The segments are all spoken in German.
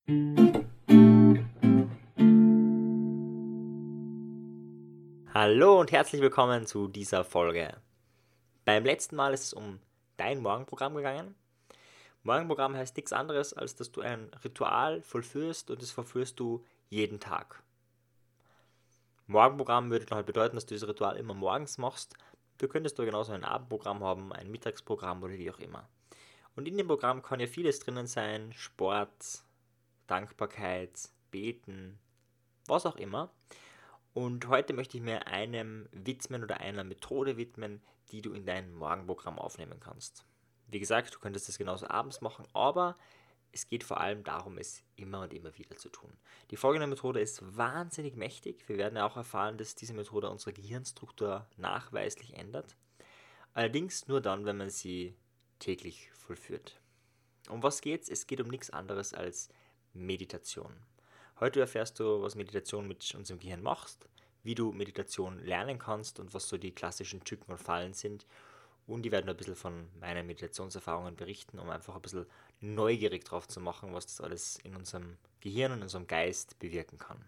Hallo und herzlich willkommen zu dieser Folge. Beim letzten Mal ist es um dein Morgenprogramm gegangen. Morgenprogramm heißt nichts anderes, als dass du ein Ritual vollführst und das vollführst du jeden Tag. Morgenprogramm würde dann halt bedeuten, dass du dieses Ritual immer morgens machst. Du könntest aber genauso ein Abendprogramm haben, ein Mittagsprogramm oder wie auch immer. Und in dem Programm kann ja vieles drinnen sein: Sport, Dankbarkeit, Beten, was auch immer. Und heute möchte ich mir einem widmen oder einer Methode widmen, die du in dein Morgenprogramm aufnehmen kannst. Wie gesagt, du könntest das genauso abends machen, aber es geht vor allem darum, es immer und immer wieder zu tun. Die folgende Methode ist wahnsinnig mächtig. Wir werden ja auch erfahren, dass diese Methode unsere Gehirnstruktur nachweislich ändert. Allerdings nur dann, wenn man sie täglich vollführt. Um was geht's? Es geht um nichts anderes als Meditation. Heute erfährst du, was Meditation mit unserem Gehirn macht, wie du Meditation lernen kannst und was so die klassischen Tücken und Fallen sind. Und ich werde ein bisschen von meinen Meditationserfahrungen berichten, um einfach ein bisschen neugierig drauf zu machen, was das alles in unserem Gehirn und in unserem Geist bewirken kann.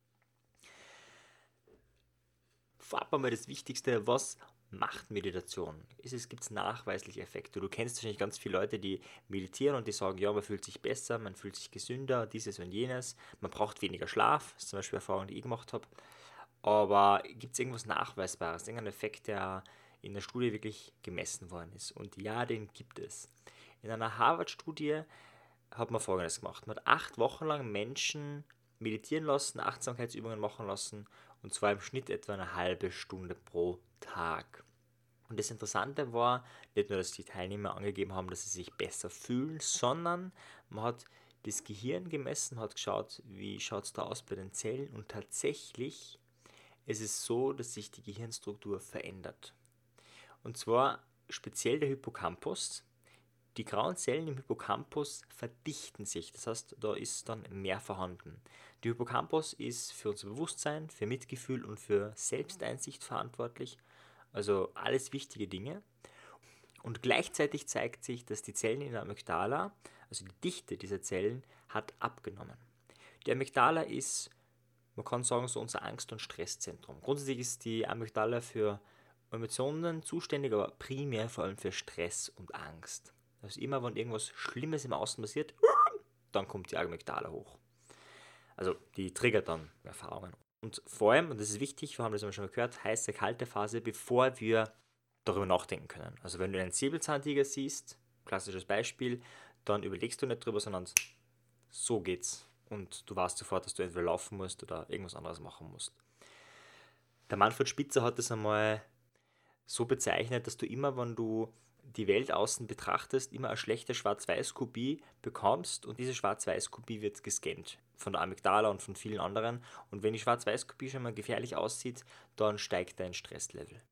Vorab einmal das Wichtigste: was macht Meditation? Gibt es nachweisliche Effekte? Du kennst wahrscheinlich ganz viele Leute, die meditieren und die sagen, ja, man fühlt sich besser, man fühlt sich gesünder, dieses und jenes, man braucht weniger Schlaf. Das ist zum Beispiel Erfahrung, die ich gemacht habe. Aber gibt es irgendwas Nachweisbares, irgendeinen Effekt, der in der Studie wirklich gemessen worden ist? Und ja, den gibt es. In einer Harvard-Studie hat man Folgendes gemacht. Man hat 8 Wochen lang Menschen meditieren lassen, Achtsamkeitsübungen machen lassen, und zwar im Schnitt etwa eine halbe Stunde pro Tag. Und das Interessante war nicht nur, dass die Teilnehmer angegeben haben, dass sie sich besser fühlen, sondern man hat das Gehirn gemessen, hat geschaut, wie schaut es da aus bei den Zellen, und tatsächlich ist es so, dass sich die Gehirnstruktur verändert. Und zwar speziell der Hippocampus. Die grauen Zellen im Hippocampus verdichten sich, das heißt, da ist dann mehr vorhanden. Der Hippocampus ist für unser Bewusstsein, für Mitgefühl und für Selbsteinsicht verantwortlich, also alles wichtige Dinge. Und gleichzeitig zeigt sich, dass die Zellen in der Amygdala, also die Dichte dieser Zellen, hat abgenommen. Die Amygdala ist, man kann sagen, so unser Angst- und Stresszentrum. Grundsätzlich ist die Amygdala für Emotionen zuständig, aber primär vor allem für Stress und Angst. Also immer, wenn irgendwas Schlimmes im Außen passiert, dann kommt die Amygdala hoch. Also die triggert dann Erfahrungen. Und vor allem, und das ist wichtig, wir haben das schon mal gehört, heiße, kalte Phase, bevor wir darüber nachdenken können. Also wenn du einen Säbelzahntiger siehst, klassisches Beispiel, dann überlegst du nicht drüber, sondern so geht's. Und du weißt sofort, dass du entweder laufen musst oder irgendwas anderes machen musst. Der Manfred Spitzer hat das einmal so bezeichnet, dass du immer, wenn du die Welt außen betrachtest, immer eine schlechte Schwarz-Weiß-Kopie bekommst, und diese Schwarz-Weiß-Kopie wird gescannt von der Amygdala und von vielen anderen, und wenn die Schwarz-Weiß-Kopie schon mal gefährlich aussieht, dann steigt dein Stresslevel.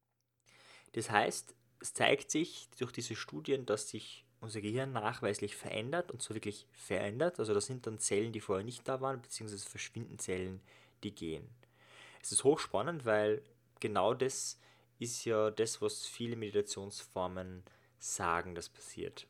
Das heißt, es zeigt sich durch diese Studien, dass sich unser Gehirn nachweislich verändert, und zwar wirklich verändert. Also das sind dann Zellen, die vorher nicht da waren, beziehungsweise verschwinden Zellen, die gehen. Es ist hochspannend, weil genau das ist ja das, was viele Meditationsformen sagen, das passiert.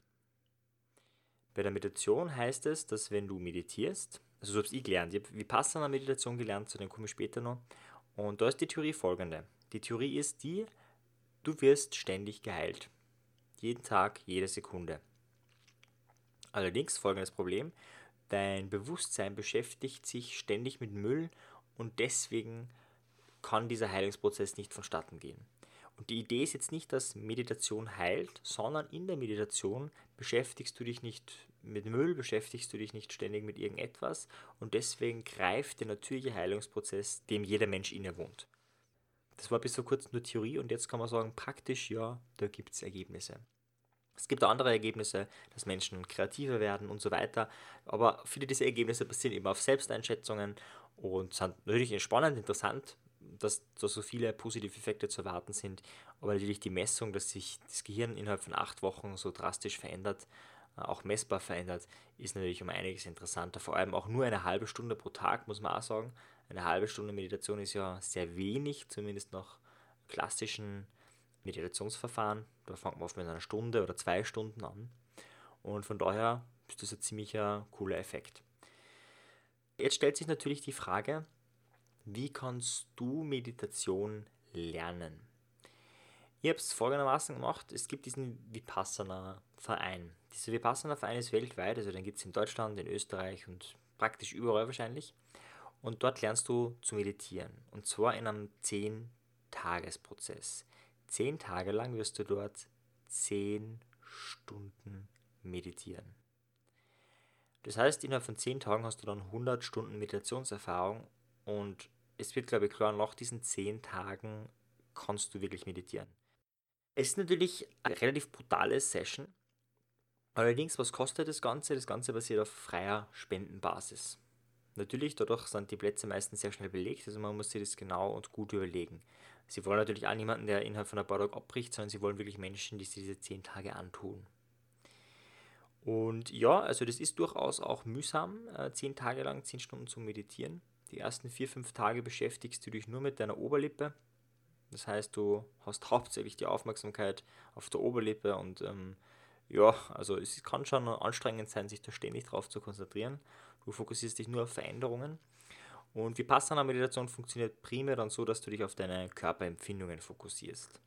Bei der Meditation heißt es, dass wenn du meditierst, also so habe ich gelernt, ich habe Vipassana-Meditation gelernt, zu dem komme ich später noch, und da ist die Theorie folgende. Die Theorie ist die: du wirst ständig geheilt. Jeden Tag, jede Sekunde. Allerdings folgendes Problem: dein Bewusstsein beschäftigt sich ständig mit Müll, und deswegen kann dieser Heilungsprozess nicht vonstatten gehen. Und die Idee ist jetzt nicht, dass Meditation heilt, sondern in der Meditation beschäftigst du dich nicht mit Müll, beschäftigst du dich nicht ständig mit irgendetwas, und deswegen greift der natürliche Heilungsprozess, dem jeder Mensch innewohnt. Das war bis vor kurzem nur Theorie, und jetzt kann man sagen, praktisch ja, da gibt es Ergebnisse. Es gibt auch andere Ergebnisse, dass Menschen kreativer werden und so weiter, aber viele dieser Ergebnisse basieren eben auf Selbsteinschätzungen und sind natürlich spannend, interessant, dass da so viele positive Effekte zu erwarten sind, aber natürlich die Messung, dass sich das Gehirn innerhalb von 8 Wochen so drastisch verändert, auch messbar verändert, ist natürlich um einiges interessanter. Vor allem auch nur eine halbe Stunde pro Tag, muss man auch sagen. Eine halbe Stunde Meditation ist ja sehr wenig, zumindest nach klassischen Meditationsverfahren. Da fängt man oft mit einer Stunde oder 2 Stunden an. Und von daher ist das ein ziemlicher cooler Effekt. Jetzt stellt sich natürlich die Frage, wie kannst du Meditation lernen? Ich habe es folgendermaßen gemacht, es gibt diesen Vipassana-Verein. Dieser Vipassana-Verein ist weltweit, also den gibt es in Deutschland, in Österreich und praktisch überall wahrscheinlich. Und dort lernst du zu meditieren. Und zwar in einem 10-Tages-Prozess. 10 Tage lang wirst du dort 10 Stunden meditieren. Das heißt, innerhalb von 10 Tagen hast du dann 100 Stunden Meditationserfahrung und es wird, glaube ich, klar, nach diesen 10 Tagen kannst du wirklich meditieren. Es ist natürlich eine relativ brutale Session. Allerdings, was kostet das Ganze? Das Ganze basiert auf freier Spendenbasis. Natürlich, dadurch sind die Plätze meistens sehr schnell belegt, also man muss sich das genau und gut überlegen. Sie wollen natürlich auch niemanden, der innerhalb von ein paar Tagen abbricht, sondern sie wollen wirklich Menschen, die sich diese 10 Tage antun. Und ja, also das ist durchaus auch mühsam, 10 Tage lang 10 Stunden zu meditieren. Die ersten 4, 5 Tage beschäftigst du dich nur mit deiner Oberlippe. Das heißt, du hast hauptsächlich die Aufmerksamkeit auf der Oberlippe und ja, also es kann schon anstrengend sein, sich da ständig drauf zu konzentrieren. Du fokussierst dich nur auf Veränderungen. Und Vipassana-Meditation funktioniert primär dann so, dass du dich auf deine Körperempfindungen fokussierst.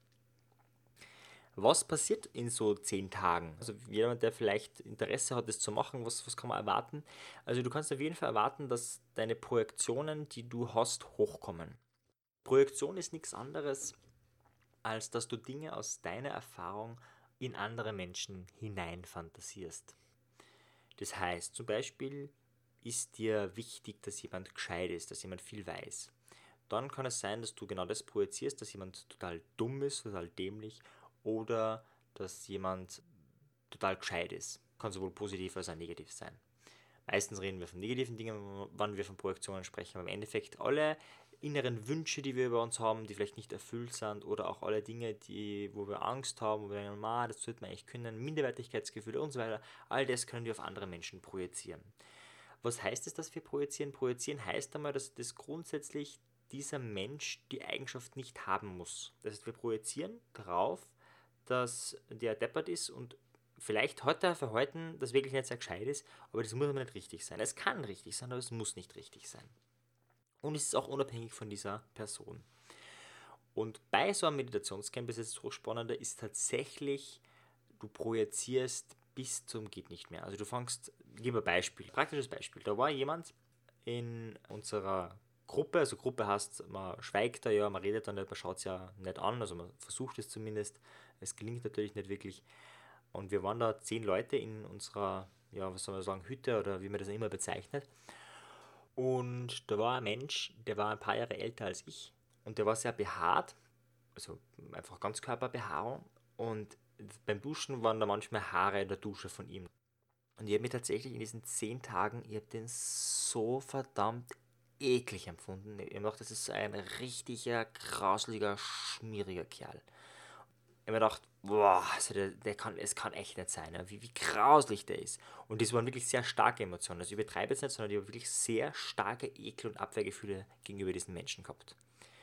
Was passiert in so 10 Tagen? Also jemand, der vielleicht Interesse hat, das zu machen, was kann man erwarten? Also du kannst auf jeden Fall erwarten, dass deine Projektionen, die du hast, hochkommen. Projektion ist nichts anderes, als dass du Dinge aus deiner Erfahrung in andere Menschen hineinfantasierst. Das heißt, zum Beispiel ist dir wichtig, dass jemand gescheit ist, dass jemand viel weiß. Dann kann es sein, dass du genau das projizierst, dass jemand total dumm ist, total dämlich oder dass jemand total gescheit ist. Kann sowohl positiv als auch negativ sein. Meistens reden wir von negativen Dingen, wann wir von Projektionen sprechen, aber im Endeffekt alle inneren Wünsche, die wir über uns haben, die vielleicht nicht erfüllt sind oder auch alle Dinge, wo wir Angst haben, wo wir denken, das sollte man eigentlich können, Minderwertigkeitsgefühle und so weiter, all das können wir auf andere Menschen projizieren. Was heißt es, dass wir projizieren? Projizieren heißt einmal, dass das grundsätzlich dieser Mensch die Eigenschaft nicht haben muss. Das heißt, wir projizieren darauf, dass der deppert ist und vielleicht hat er Verhalten, das wirklich nicht sehr gescheit ist, aber das muss aber nicht richtig sein. Es kann richtig sein, aber es muss nicht richtig sein. Und es ist auch unabhängig von dieser Person. Und bei so einem Meditationscamp ist es so spannender, ist tatsächlich, du projizierst bis zum geht nicht mehr. Also du fängst, ich gebe ein Beispiel, praktisches Beispiel. Da war jemand in unserer Gruppe, also Gruppe heißt, man schweigt da ja, man redet da nicht, man schaut es ja nicht an, also man versucht es zumindest. Es gelingt natürlich nicht wirklich. Und wir waren da 10 Leute in unserer, ja, was soll man sagen, Hütte oder wie man das immer bezeichnet. Und da war ein Mensch, der war ein paar Jahre älter als ich und der war sehr behaart, also einfach Ganzkörperbehaarung und beim Duschen waren da manchmal Haare in der Dusche von ihm. Und ich habe mich tatsächlich in diesen 10 Tagen, ich habe den so verdammt eklig empfunden. Ich habe gedacht, das ist so ein richtiger, grauslicher, schmieriger Kerl. Ich habe mir gedacht, boah, also es kann echt nicht sein, ja, wie grauslich der ist. Und das waren wirklich sehr starke Emotionen. Also ich übertreibe jetzt nicht, sondern ich habe wirklich sehr starke Ekel- und Abwehrgefühle gegenüber diesen Menschen gehabt.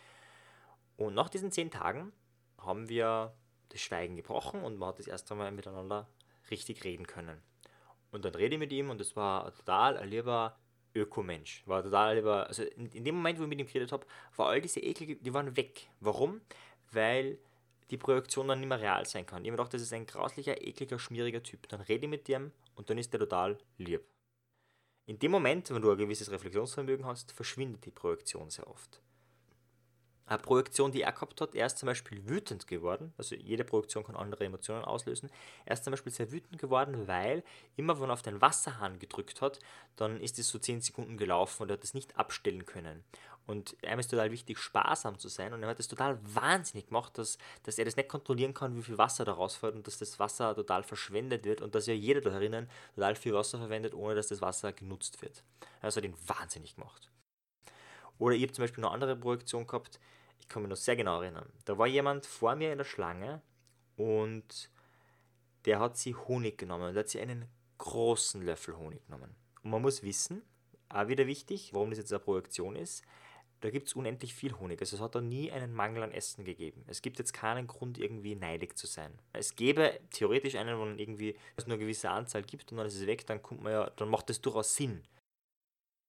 Und nach diesen 10 Tagen haben wir das Schweigen gebrochen und man hat das erste Mal miteinander richtig reden können. Und dann rede ich mit ihm und das war total ein lieber Ökomensch. War total lieber, also in dem Moment, wo ich mit ihm geredet habe, war all diese Ekel, die waren weg. Warum? Weil die Projektion dann nicht mehr real sein kann. Ich habe mir gedacht, das ist ein grauslicher, ekliger, schmieriger Typ. Dann rede ich mit dem und dann ist der total lieb. In dem Moment, wenn du ein gewisses Reflexionsvermögen hast, verschwindet die Projektion sehr oft. Eine Projektion, die er gehabt hat, er ist zum Beispiel wütend geworden, also jede Projektion kann andere Emotionen auslösen, er ist zum Beispiel sehr wütend geworden, weil immer wenn er auf den Wasserhahn gedrückt hat, dann ist es so 10 Sekunden gelaufen und er hat es nicht abstellen können. Und ihm ist total wichtig, sparsam zu sein und er hat es total wahnsinnig gemacht, dass er das nicht kontrollieren kann, wie viel Wasser da rausfällt und dass das Wasser total verschwendet wird und dass ja jeder da drinnen total viel Wasser verwendet, ohne dass das Wasser genutzt wird. Das hat ihn wahnsinnig gemacht. Oder ich habe zum Beispiel eine andere Projektion gehabt, ich kann mich noch sehr genau erinnern. Da war jemand vor mir in der Schlange und der hat sich Honig genommen. Der hat sich einen großen Löffel Honig genommen. Und man muss wissen, auch wieder wichtig, warum das jetzt eine Projektion ist, da gibt es unendlich viel Honig. Also es hat da nie einen Mangel an Essen gegeben. Es gibt jetzt keinen Grund, irgendwie neidig zu sein. Es gäbe theoretisch einen, wo man irgendwie es nur eine gewisse Anzahl gibt und dann ist es weg, dann kommt man ja, dann macht das durchaus Sinn.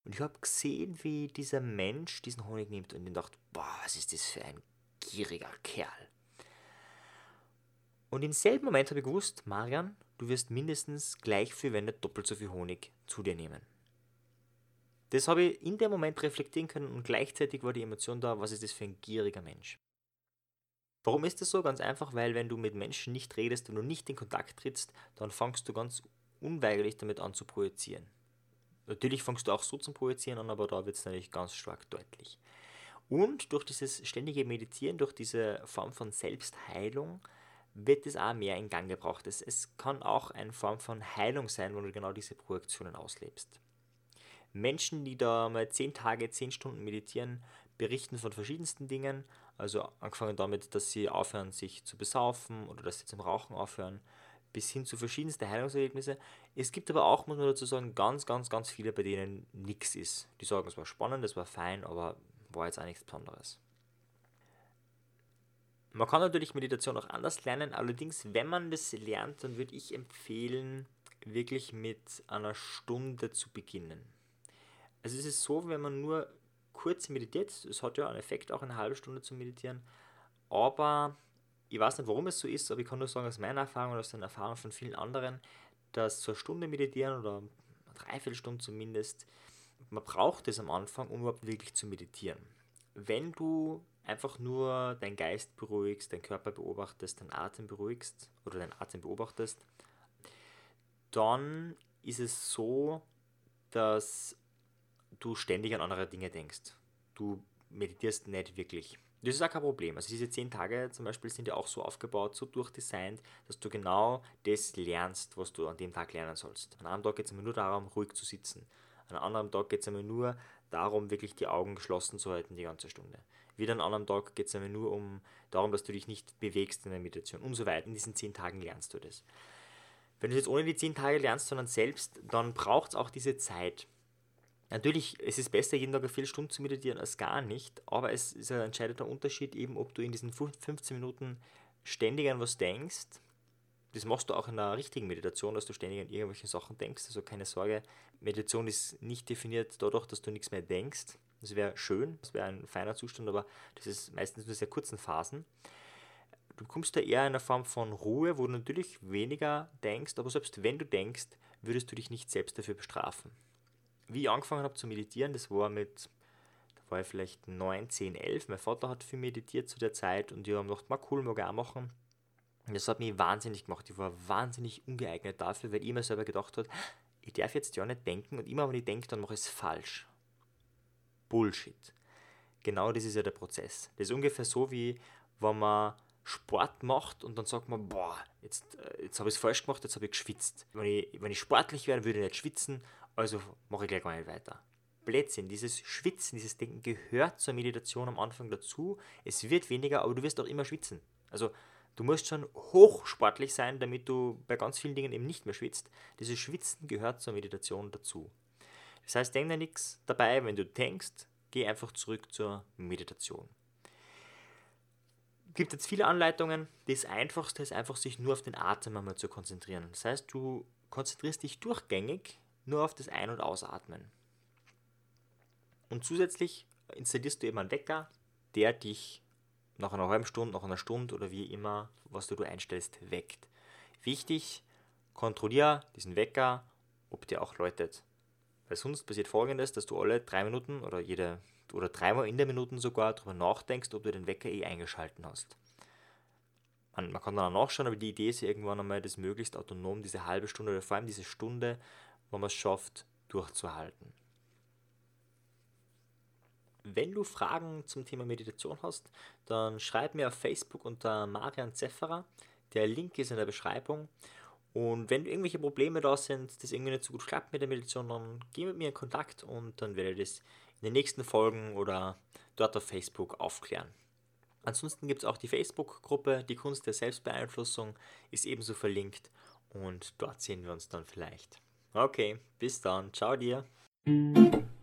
Und ich habe gesehen, wie dieser Mensch diesen Honig nimmt und ich dachte, boah, was ist das für ein gieriger Kerl. Und im selben Moment habe ich gewusst, Marian, du wirst mindestens gleich viel, wenn nicht doppelt so viel Honig zu dir nehmen. Das habe ich in dem Moment reflektieren können und gleichzeitig war die Emotion da, was ist das für ein gieriger Mensch. Warum ist das so? Ganz einfach, weil wenn du mit Menschen nicht redest, wenn du nicht in Kontakt trittst, dann fängst du ganz unweigerlich damit an zu projizieren. Natürlich fängst du auch so zum Projizieren an, aber da wird es natürlich ganz stark deutlich. Und durch dieses ständige Meditieren, durch diese Form von Selbstheilung, wird es auch mehr in Gang gebracht. Es kann auch eine Form von Heilung sein, wo du genau diese Projektionen auslebst. Menschen, die da mal 10 Tage, 10 Stunden meditieren, berichten von verschiedensten Dingen. Also angefangen damit, dass sie aufhören, sich zu besaufen oder dass sie zum Rauchen aufhören, bis hin zu verschiedensten Heilungserlebnisse. Es gibt aber auch, muss man dazu sagen, ganz, ganz, ganz viele, bei denen nichts ist. Die sagen, es war spannend, es war fein, aber war jetzt auch nichts Besonderes. Man kann natürlich Meditation auch anders lernen, allerdings, wenn man das lernt, dann würde ich empfehlen, wirklich mit einer Stunde zu beginnen. Also es ist so, wenn man nur kurz meditiert, es hat ja einen Effekt, auch eine halbe Stunde zu meditieren, aber ich weiß nicht, warum es so ist, aber ich kann nur sagen, aus meiner Erfahrung und aus den Erfahrungen von vielen anderen, dass so eine Stunde meditieren oder eine Dreiviertelstunde zumindest, man braucht es am Anfang, um überhaupt wirklich zu meditieren. Wenn du einfach nur deinen Geist beruhigst, deinen Körper beobachtest, deinen Atem beruhigst oder deinen Atem beobachtest, dann ist es so, dass du ständig an andere Dinge denkst. Du meditierst nicht wirklich. Das ist auch kein Problem. Also diese 10 Tage zum Beispiel sind ja auch so aufgebaut, so durchdesignt, dass du genau das lernst, was du an dem Tag lernen sollst. An einem Tag geht es immer nur darum, ruhig zu sitzen. An einem anderen Tag geht es immer nur darum, wirklich die Augen geschlossen zu halten die ganze Stunde. Wieder an einem anderen Tag geht es immer nur darum, dass du dich nicht bewegst in der Meditation und so weiter. In diesen 10 Tagen lernst du das. Wenn du es jetzt ohne die 10 Tage lernst, sondern selbst, dann braucht es auch diese Zeit. Natürlich, es ist besser, jeden Tag eine Viertelstunde zu meditieren als gar nicht, aber es ist ein entscheidender Unterschied eben, ob du in diesen 15 Minuten ständig an was denkst. Das machst du auch in einer richtigen Meditation, dass du ständig an irgendwelche Sachen denkst. Also keine Sorge, Meditation ist nicht definiert dadurch, dass du nichts mehr denkst. Das wäre schön, das wäre ein feiner Zustand, aber das ist meistens nur sehr kurzen Phasen. Du kommst da eher in einer Form von Ruhe, wo du natürlich weniger denkst, aber selbst wenn du denkst, würdest du dich nicht selbst dafür bestrafen. Wie ich angefangen habe zu meditieren, da war ich vielleicht 9, 10, 11. Mein Vater hat viel meditiert zu der Zeit und ich habe gedacht, mal cool, mag ich auch machen. Und das hat mich wahnsinnig gemacht. Ich war wahnsinnig ungeeignet dafür, weil ich mir selber gedacht habe, ich darf jetzt ja nicht denken und immer wenn ich denke, dann mache ich es falsch. Bullshit. Genau das ist ja der Prozess. Das ist ungefähr so, wie wenn man Sport macht und dann sagt man, boah, jetzt habe ich es falsch gemacht, jetzt habe ich geschwitzt. Wenn ich sportlich wäre, würde ich nicht schwitzen, also mache ich gleich gar nicht weiter. Blödsinn, dieses Schwitzen, dieses Denken gehört zur Meditation am Anfang dazu. Es wird weniger, aber du wirst auch immer schwitzen. Also du musst schon hochsportlich sein, damit du bei ganz vielen Dingen eben nicht mehr schwitzt. Dieses Schwitzen gehört zur Meditation dazu. Das heißt, denk dir nichts dabei, wenn du denkst, geh einfach zurück zur Meditation. Es gibt jetzt viele Anleitungen. Das Einfachste ist einfach, sich nur auf den Atem einmal zu konzentrieren. Das heißt, du konzentrierst dich durchgängig nur auf das Ein- und Ausatmen. Und zusätzlich installierst du eben einen Wecker, der dich nach einer halben Stunde, nach einer Stunde oder wie immer, was du einstellst, weckt. Wichtig, kontrolliere diesen Wecker, ob der auch läutet. Weil sonst passiert Folgendes, dass du alle 3 Minuten oder dreimal in der Minute sogar darüber nachdenkst, ob du den Wecker eingeschalten hast. Man kann dann auch nachschauen, aber die Idee ist ja irgendwann einmal, das möglichst autonom diese halbe Stunde oder vor allem diese Stunde, wenn man es schafft, durchzuhalten. Wenn du Fragen zum Thema Meditation hast, dann schreib mir auf Facebook unter Marian Zefferer. Der Link ist in der Beschreibung. Und wenn irgendwelche Probleme da sind, das irgendwie nicht so gut klappt mit der Meditation, dann geh mit mir in Kontakt und dann werde ich das in den nächsten Folgen oder dort auf Facebook aufklären. Ansonsten gibt es auch die Facebook-Gruppe, die Kunst der Selbstbeeinflussung ist ebenso verlinkt und dort sehen wir uns dann vielleicht. Okay, bis dann, ciao dir.